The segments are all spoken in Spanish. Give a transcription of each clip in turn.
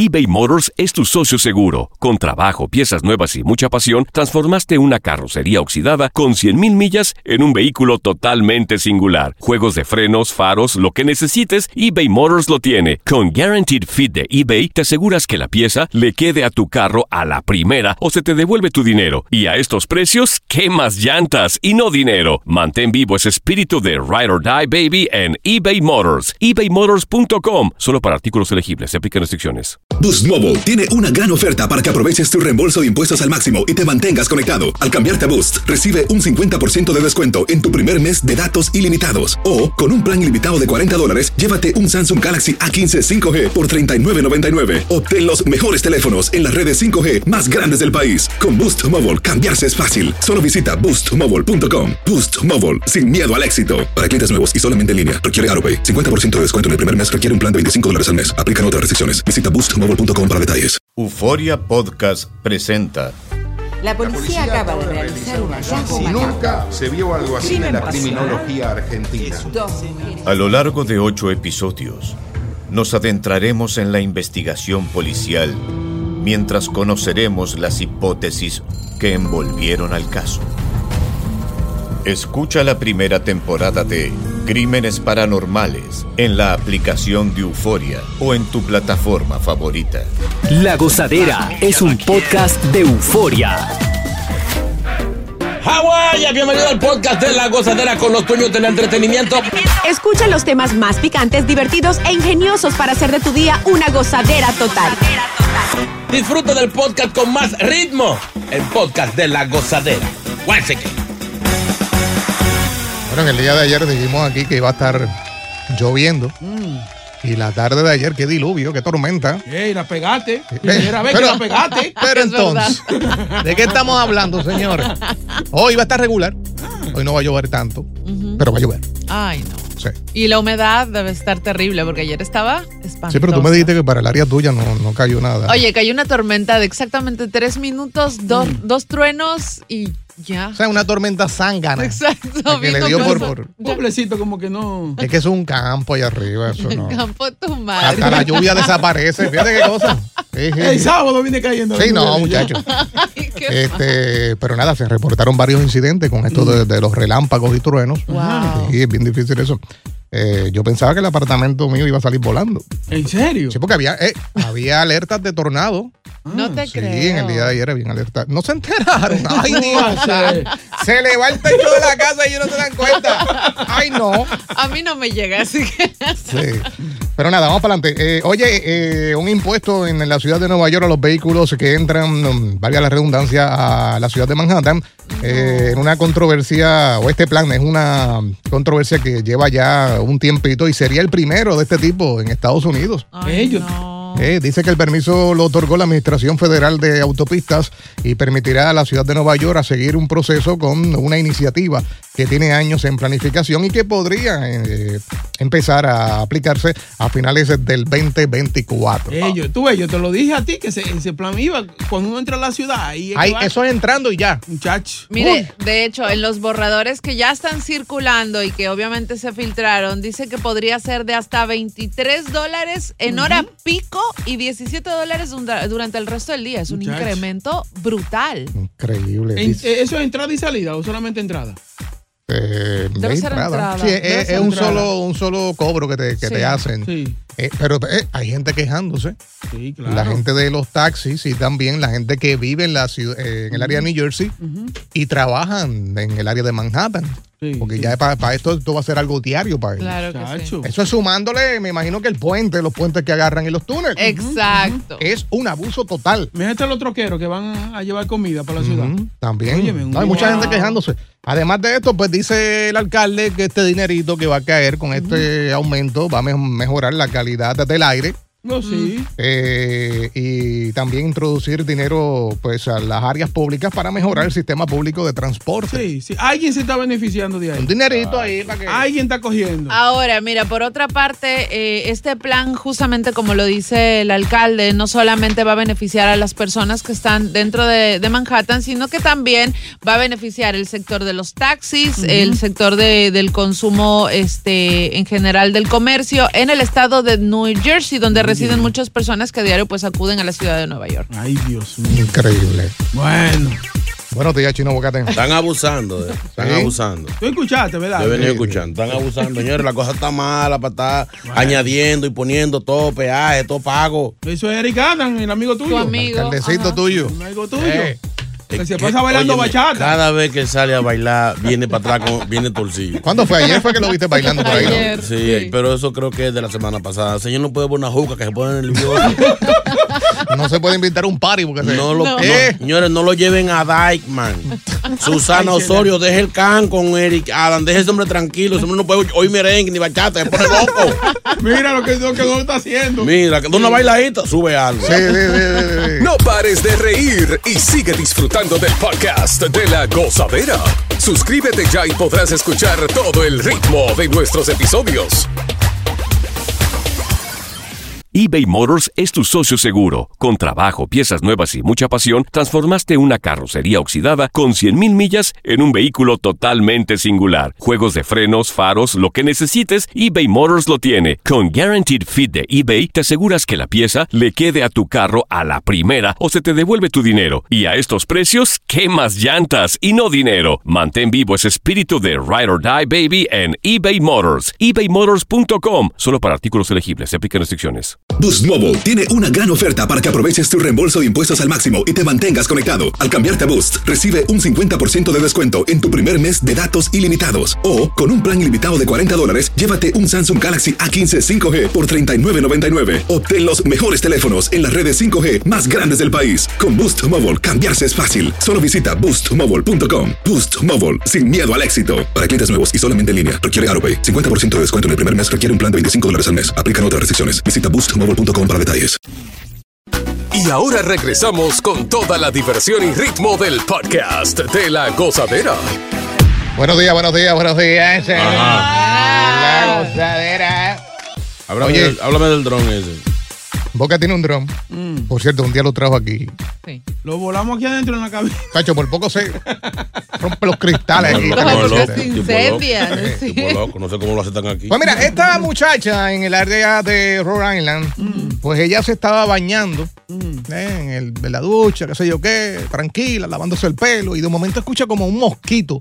eBay Motors es tu socio seguro. Con trabajo, piezas nuevas y mucha pasión, transformaste una carrocería oxidada con 100,000 millas en un vehículo totalmente singular. Juegos de frenos, faros, lo que necesites, eBay Motors lo tiene. Con Guaranteed Fit de eBay, te aseguras que la pieza le quede a tu carro a la primera o se te devuelve tu dinero. Y a estos precios, ¿qué más llantas y no dinero? Mantén vivo ese espíritu de Ride or Die, baby, en eBay Motors. ebaymotors.com. Solo para artículos elegibles. Se aplican restricciones. Boost Mobile tiene una gran oferta para que aproveches tu reembolso de impuestos al máximo y te mantengas conectado. Al cambiarte a Boost, recibe un 50% de descuento en tu primer mes de datos ilimitados. O, con un plan ilimitado de $40, llévate un Samsung Galaxy A15 5G por $39.99. Obtén los mejores teléfonos en las redes 5G más grandes del país. Con Boost Mobile, cambiarse es fácil. Solo visita boostmobile.com. Boost Mobile, sin miedo al éxito. Para clientes nuevos y solamente en línea, requiere AutoPay. 50% de descuento en el primer mes requiere un plan de $25 al mes. Aplican otras restricciones. Visita boostmobile.com para detalles. Euforia Podcast presenta. La policía acaba de realizar un hallazgo macabro. Nunca se vio algo así en la criminología argentina. A lo largo de 8 episodios, nos adentraremos en la investigación policial mientras conoceremos las hipótesis que envolvieron al caso. Escucha la primera temporada de Crímenes Paranormales en la aplicación de Euforia o en tu plataforma favorita. La Gozadera es un podcast de Euforia. Hawái, bienvenido al podcast de La Gozadera con los dueños del entretenimiento. Escucha los temas más picantes, divertidos e ingeniosos para hacer de tu día una gozadera total. Disfruta del podcast con más ritmo, el podcast de La Gozadera. Guáchate. Bueno, en el día de ayer dijimos aquí que iba a estar lloviendo. Y la tarde de ayer, qué diluvio, qué tormenta. ¡Ey, la pegaste! Primera vez que la pegaste. Pero entonces, ¿de qué estamos hablando, señores? Hoy va a estar regular. Hoy no va a llover tanto, pero va a llover. Ay, no. Sí. Y la humedad debe estar terrible porque ayer estaba espantosa. Sí, pero tú me dijiste que para el área tuya no cayó nada. Oye, cayó una tormenta de exactamente 3 minutos, dos truenos y ya. O sea, una tormenta zángana. Exacto. Que le dio por... Un pueblecito como que no... Es que es un campo allá arriba, eso no. El campo de tu madre. Hasta la lluvia desaparece. Fíjate qué cosa. El sábado viene cayendo. Sí, no, muchachos. Pero nada, se reportaron varios incidentes con esto de los relámpagos y truenos. Wow. Sí, es bien difícil eso. Yo pensaba que el apartamento mío iba a salir volando. ¿En serio? Sí, porque había alertas de tornado. No te creo. Sí, en el día de ayer había alertas. No se enteraron. Ay, Dios. Se le va el techo de la casa y ellos no se dan cuenta. Ay, no. A mí no me llega, así que... Sí. Pero nada, vamos para adelante. Un impuesto en la ciudad de Nueva York a los vehículos que entran, valga la redundancia, a la ciudad de Manhattan. En una controversia, o este plan es una controversia que lleva ya un tiempito y sería el primero de este tipo en Estados Unidos. Ay, no. Dice que el permiso lo otorgó la Administración Federal de Autopistas y permitirá a la ciudad de Nueva York a seguir un proceso con una iniciativa que tiene años en planificación y que podría empezar a aplicarse a finales del 2024. Yo te lo dije a ti que ese plan iba cuando uno entra a la ciudad. Ahí eso es entrando y ya. Muchachos. Mire, de hecho, en los borradores que ya están circulando y que obviamente se filtraron, dice que podría ser de hasta $23 en hora pico y $17 durante el resto del día. Es un incremento brutal. Increíble. ¿Eso es entrada y salida o solamente entrada? Debe ser entrada. Sí, es un solo cobro que te hacen. Sí. Pero hay gente quejándose. Sí, claro. La gente de los taxis y también la gente que vive en la ciudad, en el área de New Jersey y trabajan en el área de Manhattan. Sí, porque ya para esto va a ser algo diario para ellos. Claro que sí. Eso es sumándole, me imagino que los puentes que agarran y los túneles. Exacto. Es un abuso total. Fíjate los troqueros que van a llevar comida para la ciudad. También. Óyeme, hay mucha gente quejándose. Además de esto, pues dice el alcalde que este dinerito que va a caer con este aumento va a mejorar la calidad del aire. Sí. Y y también introducir dinero pues a las áreas públicas para mejorar el sistema público de transporte. Sí. Alguien se está beneficiando de ahí. Un dinerito ahí para que... Alguien está cogiendo. Ahora, mira, por otra parte, este plan, justamente como lo dice el alcalde, no solamente va a beneficiar a las personas que están dentro de Manhattan, sino que también va a beneficiar el sector de los taxis, el sector del consumo en general del comercio en el estado de New Jersey, donde residen muchas personas que a diario pues acuden a la ciudad de Nueva York. Ay, Dios mío. Increíble. Bueno. Buenos días, Chino Bocate. Están abusando, abusando. Tú escuchaste, ¿verdad? Yo venía escuchando. Están abusando, señores. La cosa está mala para estar añadiendo y poniendo todo peaje, todo pago. Eso es Eric Adam, el amigo tuyo. Tu amigo. El caldecito tuyo. El amigo tuyo. Que se pasa bailando bachata. Cada vez que sale a bailar, viene para atrás, viene torcido. ¿Cuándo fue? Ayer fue que lo viste bailando por ahí, ¿no? Ayer, sí, pero eso creo que es de la semana pasada. Señor, no puede poner una juca que se pone en el video. No se puede invitar un party porque señores, no lo lleven a Dykeman. Susana Osorio, deje el can con Eric Adam, deje ese hombre tranquilo. Ese hombre no puede oír merengue ni bachata, se pone loco. Mira lo que no está haciendo. Mira, que una bailadita, sube algo. Sí. No pares de reír y sigue disfrutando del podcast de La Gozadera. Suscríbete ya y podrás escuchar todo el ritmo de nuestros episodios. eBay Motors es tu socio seguro. Con trabajo, piezas nuevas y mucha pasión, transformaste una carrocería oxidada con 100,000 millas en un vehículo totalmente singular. Juegos de frenos, faros, lo que necesites, eBay Motors lo tiene. Con Guaranteed Fit de eBay, te aseguras que la pieza le quede a tu carro a la primera o se te devuelve tu dinero. Y a estos precios, ¿qué más llantas y no dinero? Mantén vivo ese espíritu de Ride or Die, baby, en eBay Motors. ebaymotors.com. Solo para artículos elegibles. Se aplican restricciones. Boost Mobile tiene una gran oferta para que aproveches tu reembolso de impuestos al máximo y te mantengas conectado. Al cambiarte a Boost, recibe un 50% de descuento en tu primer mes de datos ilimitados. O, con un plan ilimitado de $40, llévate un Samsung Galaxy A15 5G por $39.99. Obtén los mejores teléfonos en las redes 5G más grandes del país. Con Boost Mobile, cambiarse es fácil. Solo visita boostmobile.com. Boost Mobile, sin miedo al éxito. Para clientes nuevos y solamente en línea, requiere AutoPay. 50% de descuento en el primer mes requiere un plan de $25 al mes. Aplican otras restricciones. Visita boostmobile.com para detalles. Y ahora regresamos con toda la diversión y ritmo del podcast de La Gozadera. Buenos días. La Gozadera. Háblame del dron ese. Boca tiene un dron. Por cierto, un día lo trajo aquí. Sí. Lo volamos aquí adentro en la cabina. Cacho, por poco se rompe los cristales aquí. Se incendian. Tipo loco, no sé cómo lo aceptan aquí. Pues mira, esta muchacha en el área de Rhode Island, pues ella se estaba bañando en la ducha, qué sé yo qué, tranquila, lavándose el pelo, y de momento escucha como un mosquito.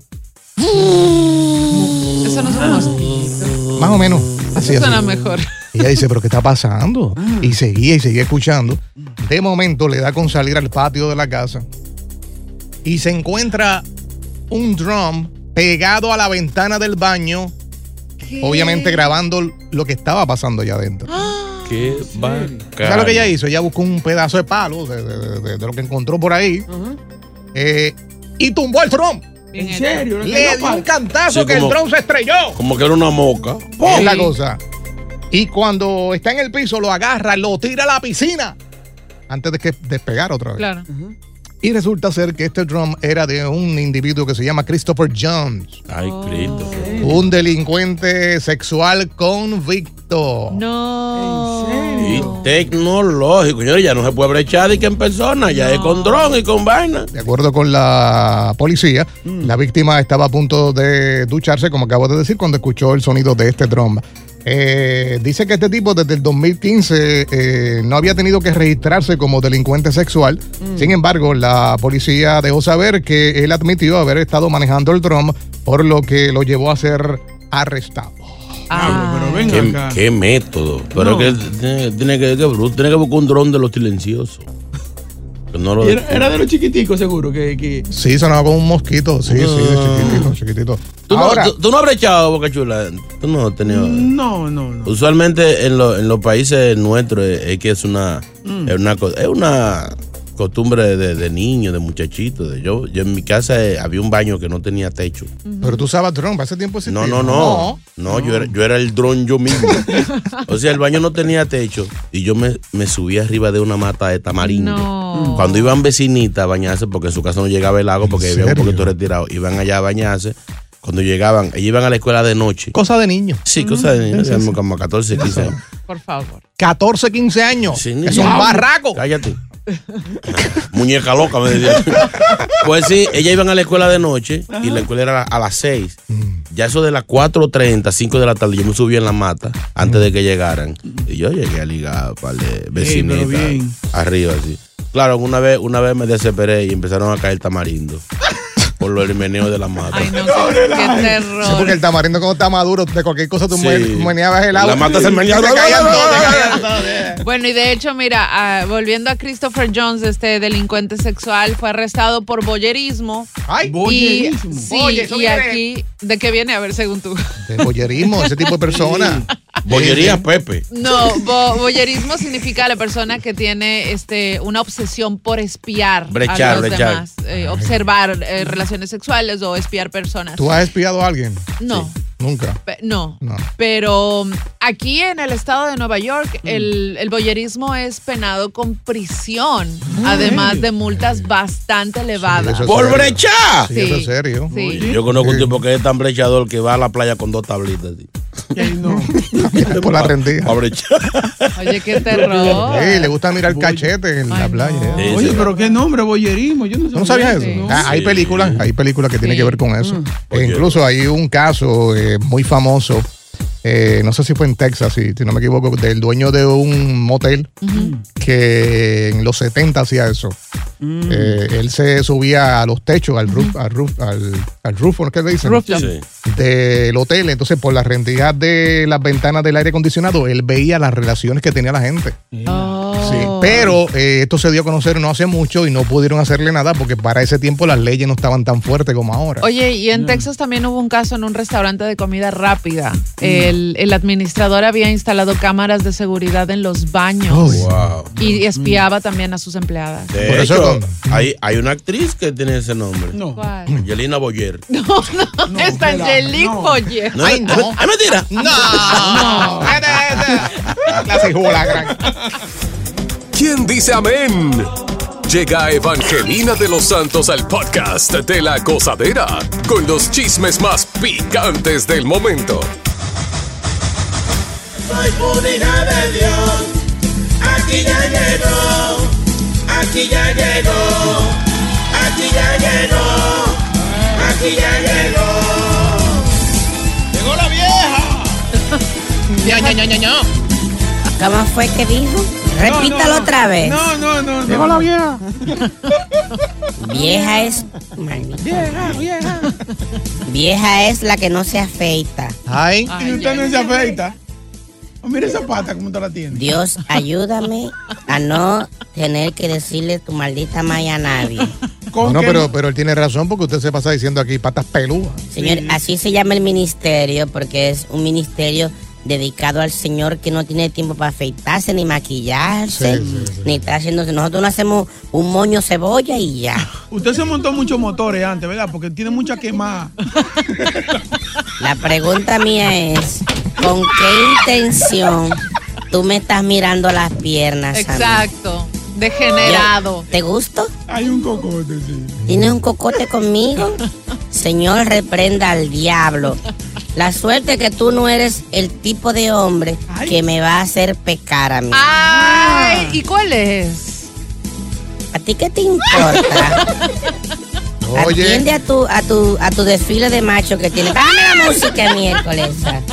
Eso no es un mosquito. Más o menos. Así. Suena mejor. Y ella dice, ¿pero qué está pasando? Y seguía escuchando. De momento le da con salir al patio de la casa y se encuentra un drum pegado a la ventana del baño, obviamente grabando lo que estaba pasando allá adentro. Qué bacán. ¿Sabes lo que ella hizo? Ella buscó un pedazo de palo de lo que encontró por ahí y tumbó el drum. ¿En serio? Le dio un cantazo que el dron se estrelló. Como que era una moca. Es la cosa. Y cuando está en el piso, lo agarra, lo tira a la piscina antes de que despegara otra vez. Claro. Y resulta ser que este drum era de un individuo que se llama Christopher Jones. Ay, Christopher. Un delincuente sexual convicto. No. ¿En serio? Y tecnológico. Señores, ya no se puede brechar y que en persona, ya es con dron y con vaina. De acuerdo con la policía, la víctima estaba a punto de ducharse, como acabo de decir, cuando escuchó el sonido de este drum. Dice que este tipo desde el 2015 no había tenido que registrarse como delincuente sexual. Sin embargo, la policía dejó saber que él admitió haber estado manejando el drum, por lo que lo llevó a ser arrestado. Pero venga acá. ¿Qué método? Pero que tiene que buscar un dron de los silenciosos. No lo era de los chiquiticos, seguro. Que... Sí, sonaba como un mosquito. Sí, chiquitito. ¿Tú no has brechado, Boca Chula? ¿Tú no has tenido? No. Usualmente en los países nuestros es que es una costumbre de niño, de muchachito. Yo en mi casa había un baño que no tenía techo. Pero tú usabas dron, ¿para ese tiempo existía? No, yo era el dron yo mismo. O sea, el baño no tenía techo y yo me subía arriba de una mata de tamarindo. No. Cuando iban vecinitas a bañarse, porque en su casa no llegaba el agua, porque había un poquito retirado, iban allá a bañarse. Cuando llegaban, ellos iban a la escuela de noche. Cosa de niños. Sí, cosa de niños. Como 14, 15 años. Por favor. 14, 15 años. Sí, es un barraco. Cállate. Muñeca loca, me decía. Pues sí, ellas iban a la escuela de noche y la escuela era a las 6. Ya eso de las 4:30, 5 de la tarde, yo me subí en la mata antes de que llegaran. Y yo llegué a ligar para de vecinitas arriba, así. Claro, una vez me desesperé y empezaron a caer tamarindo. Por los meneo de la mata. Ay, no, qué terror. Sí, porque el tamarindo cuando está maduro, de cualquier cosa tú meneabas el agua. La mata se meneaba. Bueno, y de hecho, mira, volviendo a Christopher Jones, este delincuente sexual, fue arrestado por voyerismo. ¡Ay! Voyerismo. Sí, Oye, y aquí, ¿de qué viene? A ver, según tú. De voyerismo, ese tipo de persona. Bollería Pepe. No, voyerismo significa la persona que tiene una obsesión por espiar a los demás. Observar relaciones sexuales o espiar personas. ¿Tú has espiado a alguien? No. Sí. Nunca. No. Pero aquí en el estado de Nueva York, el voyerismo es penado con prisión, además de multas bastante elevadas. ¡Por brechar! Sí, eso es serio. Sí. Yo conozco un tipo que es tan brechador que va a la playa con 2 tablitas. Por la rendija. A brechar. Oye, qué terror. Sí, le gusta mirar cachete en la playa. No. Oye, pero qué nombre, voyerismo. Yo no sabía eso. No. Hay películas que tienen que ver con eso. Incluso hay un caso muy famoso, no sé si fue en Texas, si no me equivoco, del dueño de un motel que en los 70 hacía eso. Él se subía a los techos, al roof, ¿qué le dicen? Sí. Del hotel. Entonces, por las rendijas de las ventanas del aire acondicionado, él veía las relaciones que tenía la gente. Sí, pero esto se dio a conocer no hace mucho y no pudieron hacerle nada porque para ese tiempo las leyes no estaban tan fuertes como ahora. Oye, y en Texas también hubo un caso en un restaurante de comida rápida. El administrador había instalado cámaras de seguridad en los baños y espiaba también a sus empleadas. De hecho, hay una actriz que tiene ese nombre. No. ¿Cuál? Angelina Boyer. No, es Angelique Boyer. No, ¿es mentira? No. La gran. ¿Quién dice amén? Llega Evangelina de los Santos al podcast de La Gozadera con los chismes más picantes del momento. Soy una hija de Dios, aquí ya llegó, aquí ya llegó, aquí ya llegó, aquí ya llegó. ¡Llegó la vieja! No. ¿Cómo fue que dijo? Repítalo otra vez. No. Llegó la vieja. Vieja es... Vieja. Vieja es la que no se afeita. Ay. Y usted no se afeita. Oh, mira esa pata, cómo te la tiene. Dios, ayúdame a no tener que decirle tu maldita maya a nadie. No, pero él tiene razón porque usted se pasa diciendo aquí patas peludas. Señor, así se llama el ministerio porque es un ministerio dedicado al Señor que no tiene tiempo para afeitarse ni maquillarse, ni está haciéndose. Nosotros no hacemos un moño cebolla y ya. Usted se montó muchos motores antes, ¿verdad? Porque tiene mucha quemada. La pregunta mía es, ¿con qué intención tú me estás mirando las piernas? Exacto. Degenerado. ¿Te gusto? Hay un cocote, sí. ¿Tienes un cocote conmigo? Señor, reprenda al diablo. La suerte que tú no eres el tipo de hombre que me va a hacer pecar a mí. Ay, ¿y cuál es? ¿A ti qué te importa? Oye. Atiende a tu desfile de macho que tiene. Dame la música miércoles.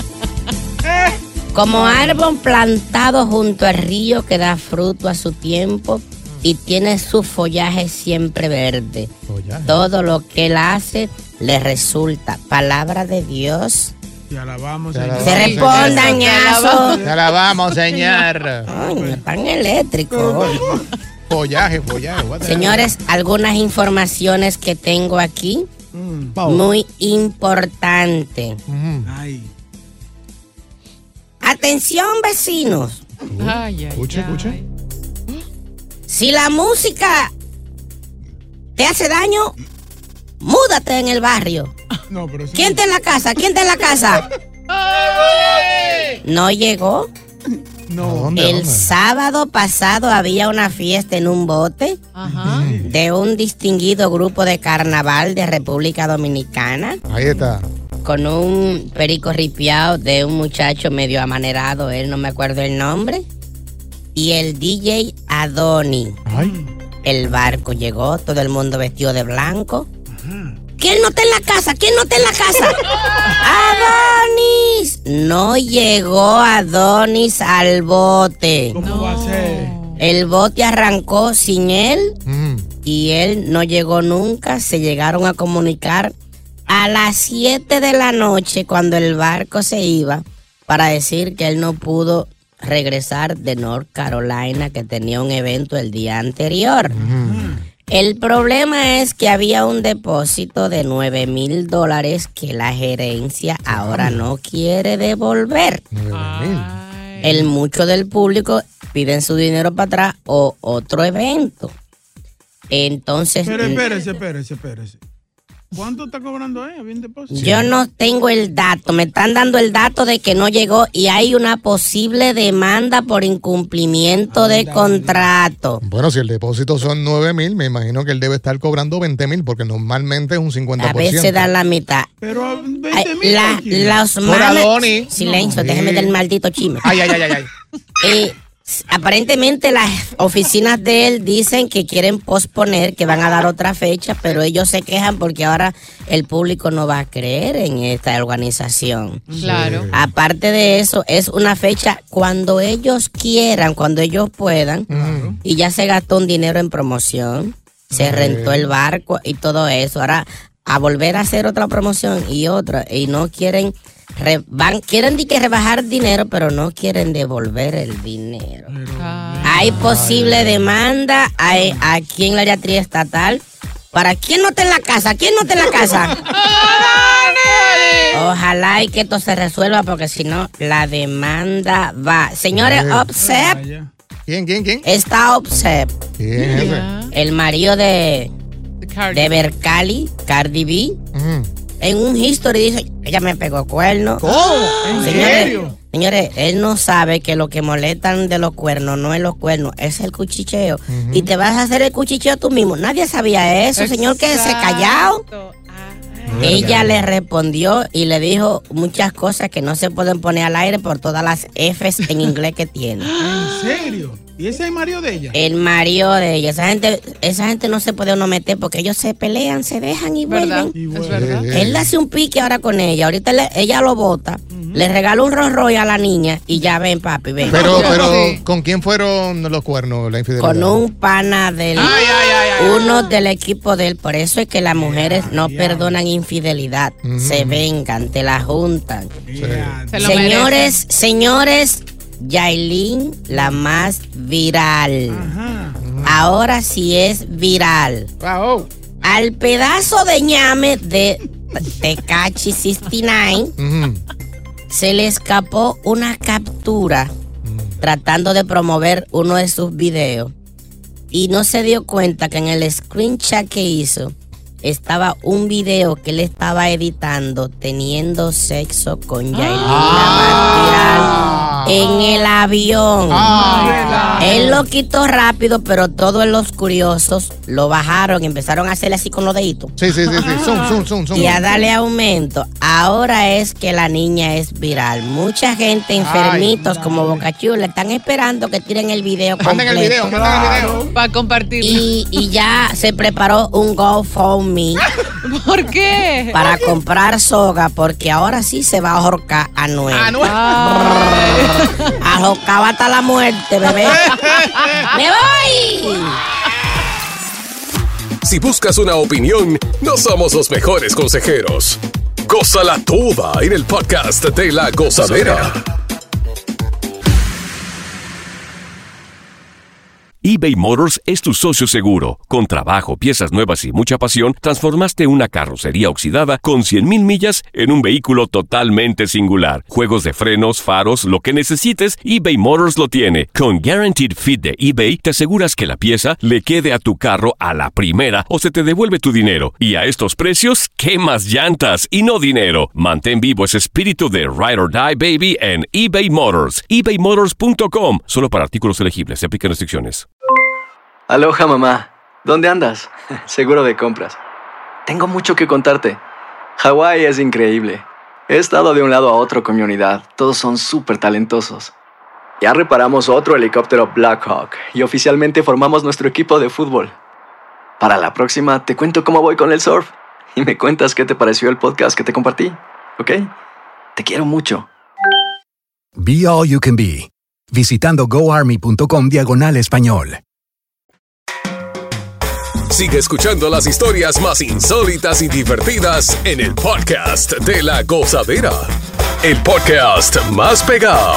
Como árbol plantado junto al río que da fruto a su tiempo y tiene su follaje siempre verde. Todo lo que él hace le resulta. Palabra de Dios. Te alabamos, Señor. Se responda, ñazo. Te alabamos, señor. Ay, me pan eléctrico. Follaje. Señores, algunas informaciones que tengo aquí. Muy importante. Ay. Atención, vecinos. Ay. Escuche. Si la música ¿Te hace daño? Múdate en el barrio. No, pero ¿Quién está en la casa? ¿Quién está en la casa? No llegó. No. El sábado pasado había una fiesta en un bote de un distinguido grupo de carnaval de República Dominicana. Ahí está. Con un perico ripiado de un muchacho medio amanerado, él no me acuerdo el nombre. Y el DJ Adoni. El barco llegó, todo el mundo vestido de blanco. ¿Quién no está en la casa? ¿Quién no está en la casa? ¡Adonis! No llegó Adonis al bote. ¿Cómo va a ser? El bote arrancó sin él y él no llegó nunca. Se llegaron a comunicar a las 7 de la noche cuando el barco se iba para decir que él no pudo regresar de North Carolina, que tenía un evento el día anterior. El problema es que había un depósito de $9,000 que la gerencia ahora no quiere devolver. El mucho del público piden su dinero para atrás o otro evento. Entonces... Pero espérese. ¿Cuánto está cobrando ahí? ¿Bien depósito? Yo no tengo el dato. Me están dando el dato de que no llegó y hay una posible demanda por incumplimiento de contrato. Bueno, si el depósito son 9,000, me imagino que él debe estar cobrando 20,000 porque normalmente es un 50%. A veces dan la mitad. Pero 20,000. Los Adoni. Silencio, déjeme del maldito chisme. Ay. Aparentemente las oficinas de él dicen que quieren posponer, que van a dar otra fecha, pero ellos se quejan porque ahora el público no va a creer en esta organización. Claro. Aparte de eso, es una fecha cuando ellos quieran, cuando ellos puedan, y ya se gastó un dinero en promoción, se rentó el barco y todo eso. Ahora, a volver a hacer otra promoción y otra, y no quieren... quieren rebajar dinero, pero no quieren devolver el dinero. Hay posible demanda aquí en la área triestatal. ¿Para quién no está en la casa? ¿Quién no está en la casa? Ojalá y que esto se resuelva, porque si no, la demanda va. Señores, OPSEP. ¿Quién? Está OPSEP. ¿Quién es ese? El marido de Bercali, Cardi B. En un history dice, ella me pegó cuerno. ¿Cómo? ¿En serio? Señores, él no sabe que lo que molestan de los cuernos no es los cuernos, es el cuchicheo. Y te vas a hacer el cuchicheo tú mismo. Nadie sabía eso, señor, que se callado. Ella le respondió y le dijo muchas cosas que no se pueden poner al aire por todas las Fs en inglés que tiene. ¿En serio? ¿Y ese es el marido de ella? El marido de ella. Esa gente no se puede uno meter porque ellos se pelean, se dejan y vuelven. Es verdad. Él hace un pique ahora con ella. Ahorita ella lo bota, le regala un Rolls Royce a la niña y ya ven, papi, ven. Pero ¿con quién fueron los cuernos, la infidelidad? Con un pana del uno del equipo de él. Por eso es que las mujeres no perdonan infidelidad. Se vengan, te la juntan. Señores, Yailin, la más viral. Ahora sí es viral. Al pedazo de ñame de Tekashi 69 se le escapó una captura tratando de promover uno de sus videos y no se dio cuenta que en el screenshot que hizo estaba un video que él estaba editando teniendo sexo con Yailin, la más viral, en el avión. Él lo quitó rápido, pero todos los curiosos lo bajaron y empezaron a hacerle así con los deditos. Sí. Zoom. Y a darle aumento. Ahora es que la niña es viral. Mucha gente, enfermitos como Boca Chula, están esperando que tiren el video completo. Manden el video. Para compartirlo. Y ya se preparó un GoFundMe. ¿Por qué? Para comprar soga, porque ahora sí se va a ahorcar a Noel. Ahorcaba hasta la muerte, bebé. ¡Me voy! Si buscas una opinión, no somos los mejores consejeros. Gózala toda en el podcast de La Gozadera. eBay Motors es tu socio seguro. Con trabajo, piezas nuevas y mucha pasión, transformaste una carrocería oxidada con 100,000 millas en un vehículo totalmente singular. Juegos de frenos, faros, lo que necesites, eBay Motors lo tiene. Con Guaranteed Fit de eBay, te aseguras que la pieza le quede a tu carro a la primera o se te devuelve tu dinero. Y a estos precios, ¿qué más llantas y no dinero? Mantén vivo ese espíritu de Ride or Die, baby, en eBay Motors. ebaymotors.com. Solo para artículos elegibles. Se aplican restricciones. Aloha, mamá. ¿Dónde andas? Seguro de compras. Tengo mucho que contarte. Hawái es increíble. He estado de un lado a otro con mi unidad. Todos son súper talentosos. Ya reparamos otro helicóptero Blackhawk y oficialmente formamos nuestro equipo de fútbol. Para la próxima te cuento cómo voy con el surf y me cuentas qué te pareció el podcast que te compartí, ¿ok? Te quiero mucho. Be All You Can Be, visitando goarmy.com/español. Sigue escuchando las historias más insólitas y divertidas en el podcast de La Gozadera. El podcast más pegado.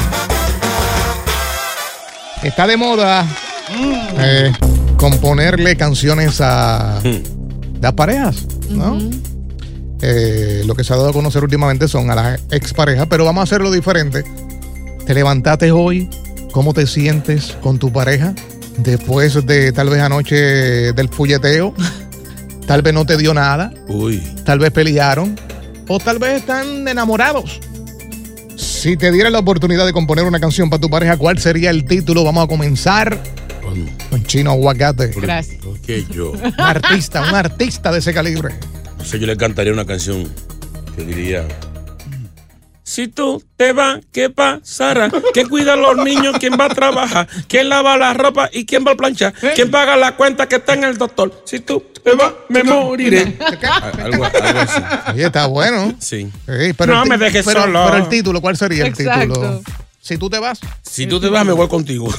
Está de moda componerle canciones a las parejas, ¿no? Lo que se ha dado a conocer últimamente son a las exparejas, pero vamos a hacerlo diferente. ¿Te levantaste hoy? ¿Cómo te sientes con tu pareja? Después de tal vez anoche del fulleteo, tal vez no te dio nada, tal vez pelearon, o tal vez están enamorados. Si te diera la oportunidad de componer una canción para tu pareja, ¿cuál sería el título? Vamos a comenzar con Chino Aguacate. Gracias. ¿Por qué yo? Un artista de ese calibre. O sea, yo le cantaría una canción que diría: si tú te vas, ¿qué pasará? ¿Quién cuida a los niños? ¿Quién va a trabajar? ¿Quién lava la ropa? ¿Y quién va a planchar? ¿Quién paga la cuenta que está en el doctor? Si tú te vas, me moriré. Algo así. Oye, está bueno. Sí. Pero no me dejes solo. Pero el título, ¿cuál sería el título? Si tú te vas. Si tú te vas, me voy contigo.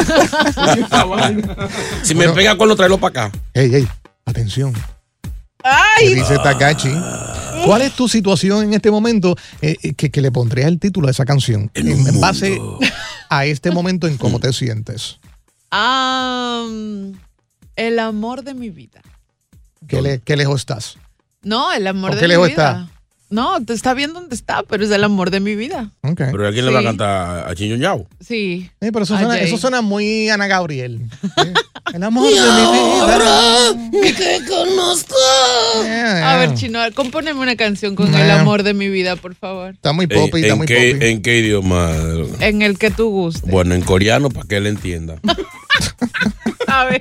Si me pega con lo, tráelo para acá. Ey, atención. ¡Ay! Dice Takashi. ¿Cuál es tu situación en este momento que le pondrías el título a esa canción? En base a este momento en cómo te sientes. El amor de mi vida. ¿Qué lejos estás? No, el amor de mi vida. ¿Qué lejos está? No, te está bien donde está, pero es el amor de mi vida. Okay. ¿Pero a quién le va a cantar? ¿A Chiñoñao? Sí. Pero eso suena muy Ana Gabriel. El amor de mi vida. Que conozco. A ver, Chino, compóneme una canción con el amor de mi vida, por favor. Está muy poppy, está muy poppy. ¿En qué idioma? En el que tú gustes. Bueno, en coreano, para que él entienda. A ver.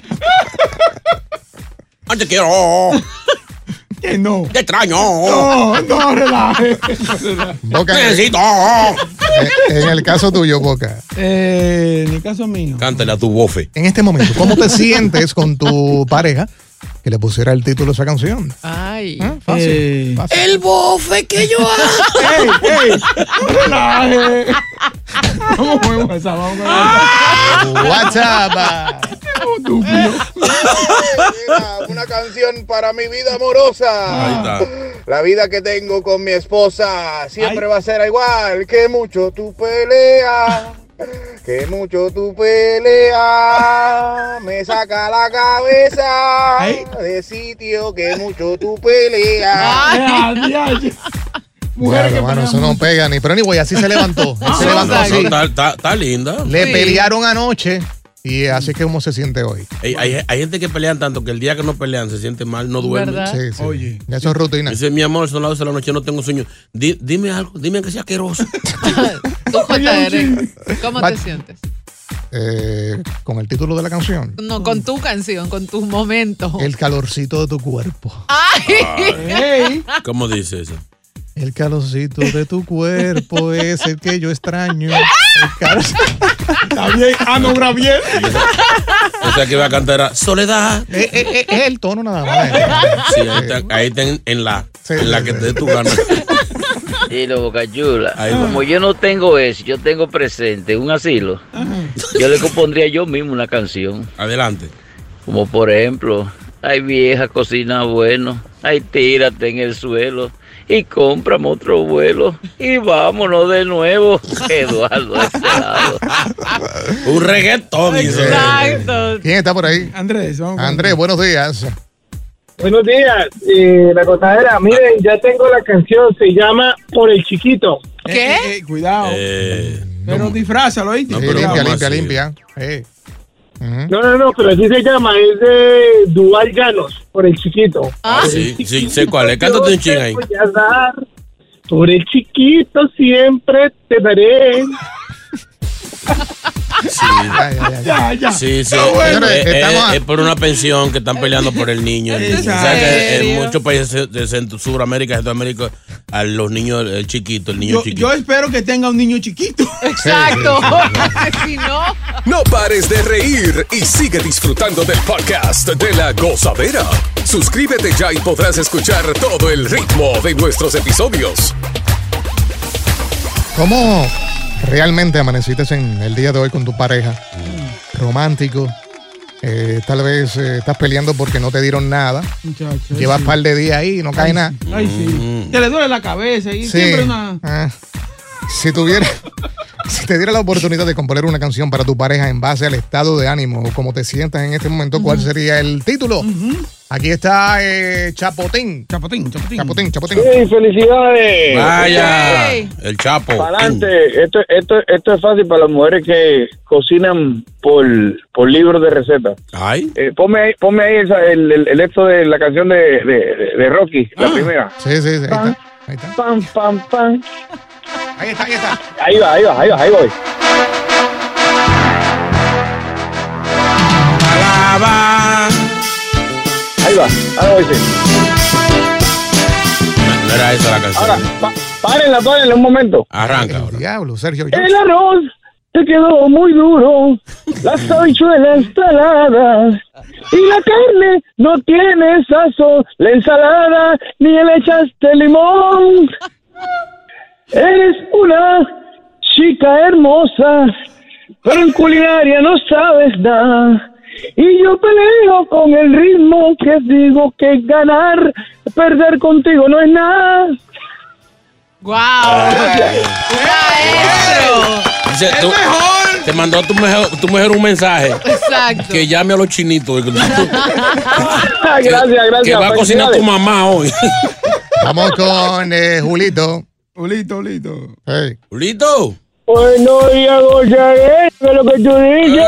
Te quiero. Que no. Te extraño. No, relaje. Boca, necesito. En el caso tuyo, Boca. En el caso mío. Cántale a tu bofe. En este momento, ¿cómo te sientes con tu pareja que le pusiera el título a esa canción? Ay. Fácil. El bofe que yo hago. ¡Ey! ¡Relaje! Vamos con esa. WhatsApp. Una canción para mi vida amorosa. Ahí está. La vida que tengo con mi esposa siempre va a ser igual. Que mucho tú peleas, que mucho tú peleas, me saca la cabeza de sitio, que mucho tú peleas. Mujer, bueno, eso no pega ni. Pero anyway, así se levantó. Se levantó así. Está linda. Le pelearon anoche. Y así es como se siente hoy. Hay gente que pelean tanto que el día que no pelean se siente mal, no duermen. Sí. Oye. Eso es rutina. Dice, mi amor, son las 12 de la noche, no tengo sueño. Dime algo, dime que sea asqueroso. ¿Tú, JR, cómo te sientes? Con el título de la canción. No, con tu canción, con tu momento. El calorcito de tu cuerpo. ¡Ay! ¿Cómo dice eso? El calorcito de tu cuerpo es el que yo extraño. Está bien. No, bien. O sea que va a cantar a Soledad. Es el tono nada más. Sí, ahí está en la que te dé tu gana. Y lo Boca Chula. Como yo no tengo eso, yo tengo presente un asilo. Yo le compondría yo mismo una canción. Adelante. Como por ejemplo, ay vieja, cocina bueno. Ay, tírate en el suelo y cómprame otro vuelo y vámonos de nuevo. Eduardo, ese lado. Un reggaetón. Exacto. ¿Quién está por ahí? Andrés, vamos. Andrés, buenos días. Buenos días, la gozadera. Miren, ya tengo la canción, se llama Por el Chiquito. ¿Qué? Cuidado. Pero disfrázalo, ¿oíste? No, limpia. No, pero así se llama, es de Duval Llanos, Por el Chiquito. Sí, sé cuál es. Cántate un ching ahí. Voy a dar, por el chiquito siempre te daré. Ya. Sí. Señores, Es por una pensión que están peleando por el niño. O sea que en muchos países de Sudamérica, Centroamérica, a los niños, el chiquito. Yo espero que tenga un niño chiquito. Exacto. Si no. No pares de reír y sigue disfrutando del podcast de La Gozadera. Suscríbete ya y podrás escuchar todo el ritmo de nuestros episodios. ¿Cómo realmente amaneciste en el día de hoy con tu pareja? Romántico. Tal vez estás peleando porque no te dieron nada. Muchacho, Llevas un par de días ahí y no cae nada. Ay, sí. Te le duele la cabeza y siempre una... Si te diera la oportunidad de componer una canción para tu pareja en base al estado de ánimo o cómo te sientas en este momento, ¿cuál sería el título? Aquí está Chapotín. Chapotín. Sí, felicidades. Vaya, el Chapo. Para adelante. Esto es fácil para las mujeres que cocinan por libros de recetas. Ay. Ponme ahí el esto de la canción de Rocky, la primera. Sí. Ahí está. Pam, pam, pam. Ahí está. Ahí voy. Ahí va, ahora voy, sí. No era esa la canción. Ahora, párenla un momento. Arranca ahora. Diablo, Sergio. El arroz te quedó muy duro, las habichuelas saladas y la carne no tiene sazón, la ensalada ni le echaste limón. Eres una chica hermosa, pero en culinaria no sabes nada. Y yo peleo con el ritmo que digo que ganar, perder contigo no es nada. ¡Guau! Dice, te mandó tu mujer un mensaje. Exacto. Que llame a los chinitos. Gracias. Que va a cocinar tu mamá hoy. Vamos con Julito. Julito. Hey. Julito. Bueno, ya gozaré, que lo que tú dices.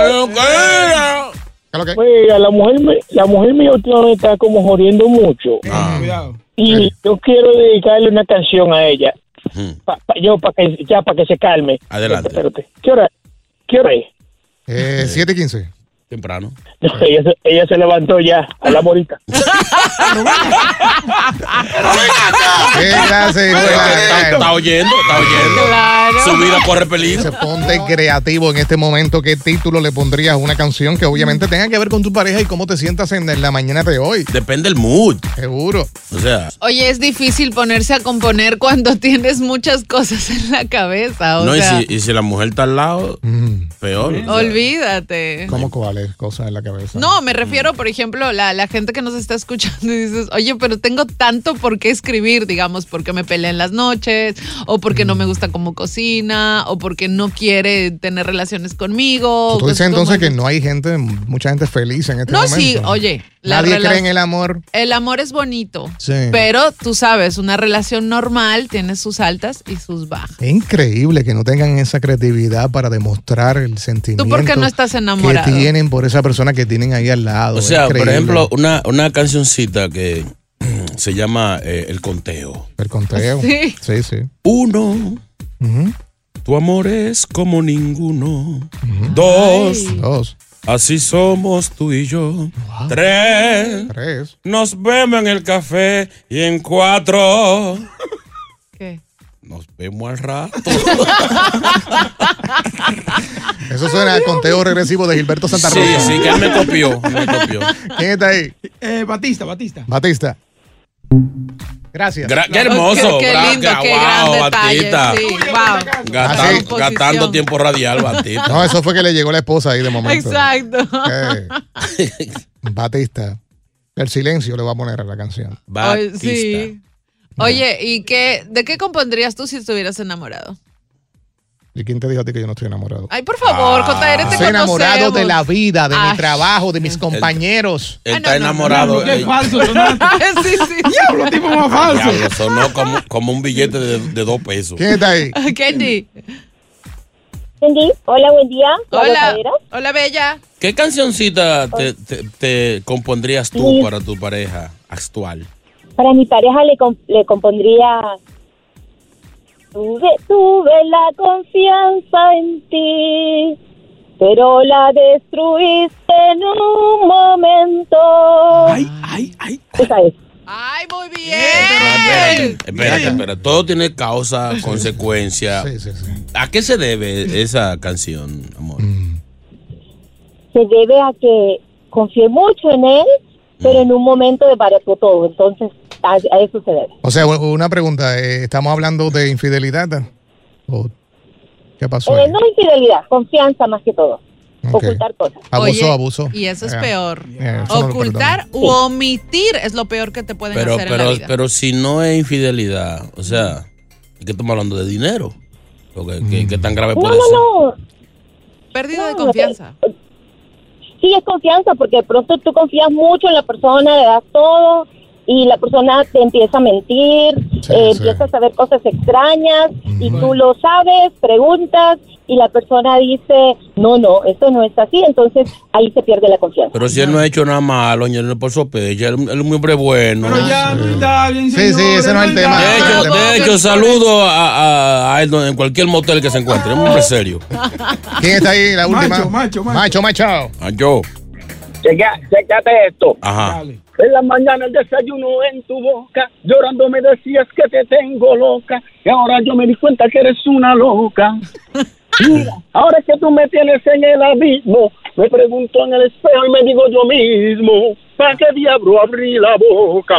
Mira, la mujer mía últimamente está como jodiendo mucho. Cuidado. Y yo quiero dedicarle una canción a ella. Para que se calme. Adelante. Espérate. ¿Qué hora es? 7:15. Temprano. No, ella se levantó ya a la morita. ¿Qué clase? Está oyendo. Claro. Su vida corre peligro. Se ponte creativo en este momento. ¿Qué título le pondrías a una canción que obviamente tenga que ver con tu pareja y cómo te sientas en la mañana de hoy? Depende del mood. Seguro. O sea. Oye, es difícil ponerse a componer cuando tienes muchas cosas en la cabeza. Y si la mujer está al lado, peor. Olvídate. ¿Cómo cuáles cosas en la cabeza? No, me refiero, por ejemplo, la gente que nos está escuchando y dices, oye, pero tengo tanto por qué escribir, digamos, porque me peleé en las noches, o porque no me gusta cómo cocina, o porque no quiere tener relaciones conmigo. ¿Tú dices entonces que no hay mucha gente feliz en este momento? No, sí, oye. Nadie cree en el amor. El amor es bonito, sí. Pero tú sabes, una relación normal tiene sus altas y sus bajas. Es increíble que no tengan esa creatividad para demostrar el sentimiento. ¿Tú por qué no estás enamorado? Que tienen por esa persona que tienen ahí al lado. O sea, por ejemplo, una cancioncita que se llama El Conteo. El Conteo. Sí. Sí. 1. Tu amor es como ninguno. 2. Así somos tú y yo. Wow. 3. Nos vemos en el café. Y en 4. ¿Qué? Nos vemos al rato. Eso suena al conteo regresivo de Gilberto Santa Rosa. Sí, que él me copió. ¿Quién está ahí? Batista. Gracias. Qué hermoso. Qué lindo, qué gran detalle. Batista. Sí, wow. Gastando tiempo radial, Batista. No, eso fue que le llegó la esposa ahí de momento. Exacto. Batista. El silencio le va a poner a la canción. Batista. Sí. Oye, ¿y de qué compondrías tú si estuvieras enamorado? ¿Y quién te dijo a ti que yo no estoy enamorado? Ay, por favor, JR, te estoy enamorado conocemos. de la vida, de mi trabajo, de mis compañeros. Él está enamorado. Qué falso, sonaste. Sí. Diablo, tipo más falso. Diablo, sonó como un billete de 2 pesos. ¿Quién está ahí? Candy. Candy, hola, buen día. Hola, bella. ¿Qué cancioncita te compondrías tú Sí. para tu pareja actual? Para mi pareja le compondría... Tuve la confianza en ti, pero la destruiste en un momento. Ay. Esa es. ¡Ay, muy bien! Espera. Todo tiene causa, consecuencia. Sí. ¿A qué se debe esa canción, amor? Se debe a que confié mucho en él, pero en un momento desbarató todo. Entonces, a eso se debe. O sea, una pregunta. ¿Estamos hablando de infidelidad? ¿O qué pasó ahí? No infidelidad, confianza más que todo. Okay. Ocultar cosas. Abuso. Y eso es peor. Eso no lo Ocultar u omitir es lo peor que te pueden hacer en la vida. Pero si no es infidelidad, o sea, ¿y qué estamos hablando de dinero? ¿Qué tan grave puede ser? No. Pérdida de confianza. Sí, es confianza, porque de pronto tú confías mucho en la persona, le das todo y la persona te empieza a mentir, empieza a saber cosas extrañas y tú lo sabes, preguntas y la persona dice, no, esto no es así, entonces ahí se pierde la confianza. Pero si él no ha hecho nada malo, él no es por sospecha, él es un hombre bueno. Pero ya no está bien, Sí, ese no es el tema. De hecho, saludo a él en cualquier motel que se encuentre, es un hombre serio. ¿Quién está ahí? La última. Macho. Yo. Chécate esto. Ajá. En la mañana el desayuno en tu boca, llorando me decías que te tengo loca, y ahora yo me di cuenta que eres una loca. Mira, ahora que tú me tienes en el abismo, me pregunto en el espejo y me digo yo mismo, ¿para qué diablo abrí la boca?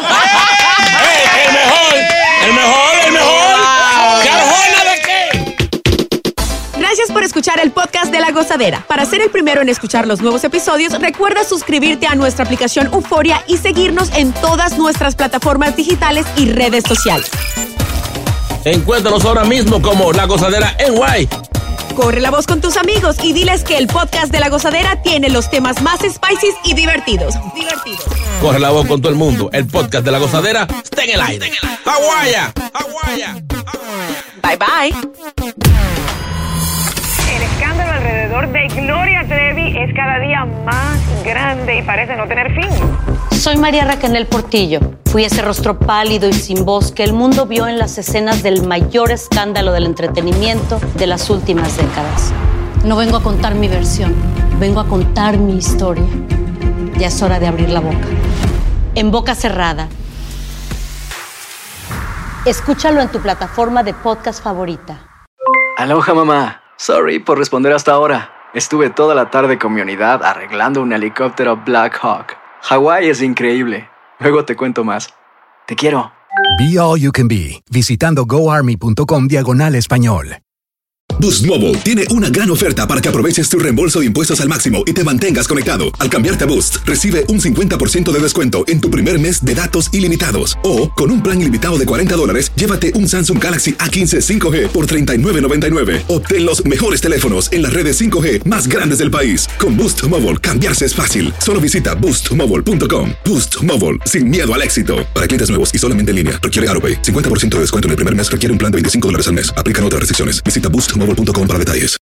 ¡El mejor! ¿Qué arjona de qué? Gracias por escuchar el podcast de La Gozadera. Para ser el primero en escuchar los nuevos episodios, recuerda suscribirte a nuestra aplicación Euforia y seguirnos en todas nuestras plataformas digitales y redes sociales. Encuéntranos ahora mismo como La Gozadera NY. Corre la voz con tus amigos y diles que el podcast de La Gozadera tiene los temas más spicy y divertidos. Corre la voz con todo el mundo. El podcast de La Gozadera está en el aire. ¡Aguaya! Bye, bye. El escándalo alrededor de Gloria Trevi es cada día más grande y parece no tener fin. Soy María Raquel Portillo. Fui ese rostro pálido y sin voz que el mundo vio en las escenas del mayor escándalo del entretenimiento de las últimas décadas. No vengo a contar mi versión, vengo a contar mi historia. Ya es hora de abrir la boca. En boca cerrada. Escúchalo en tu plataforma de podcast favorita. Aloha, mamá. Sorry por responder hasta ahora. Estuve toda la tarde con mi unidad arreglando un helicóptero Black Hawk. Hawái es increíble. Luego te cuento más. Te quiero. Be All You Can Be, visitando goarmy.com/español. Boost Mobile tiene una gran oferta para que aproveches tu reembolso de impuestos al máximo y te mantengas conectado. Al cambiarte a Boost, recibe un 50% de descuento en tu primer mes de datos ilimitados. O, con un plan ilimitado de $40, llévate un Samsung Galaxy A15 5G por $39.99. Obtén los mejores teléfonos en las redes 5G más grandes del país. Con Boost Mobile, cambiarse es fácil. Solo visita boostmobile.com. Boost Mobile, sin miedo al éxito. Para clientes nuevos y solamente en línea, requiere AroPay. 50% de descuento en el primer mes requiere un plan de $25 al mes. Aplican otras restricciones. Visita boostmobile.com para detalles.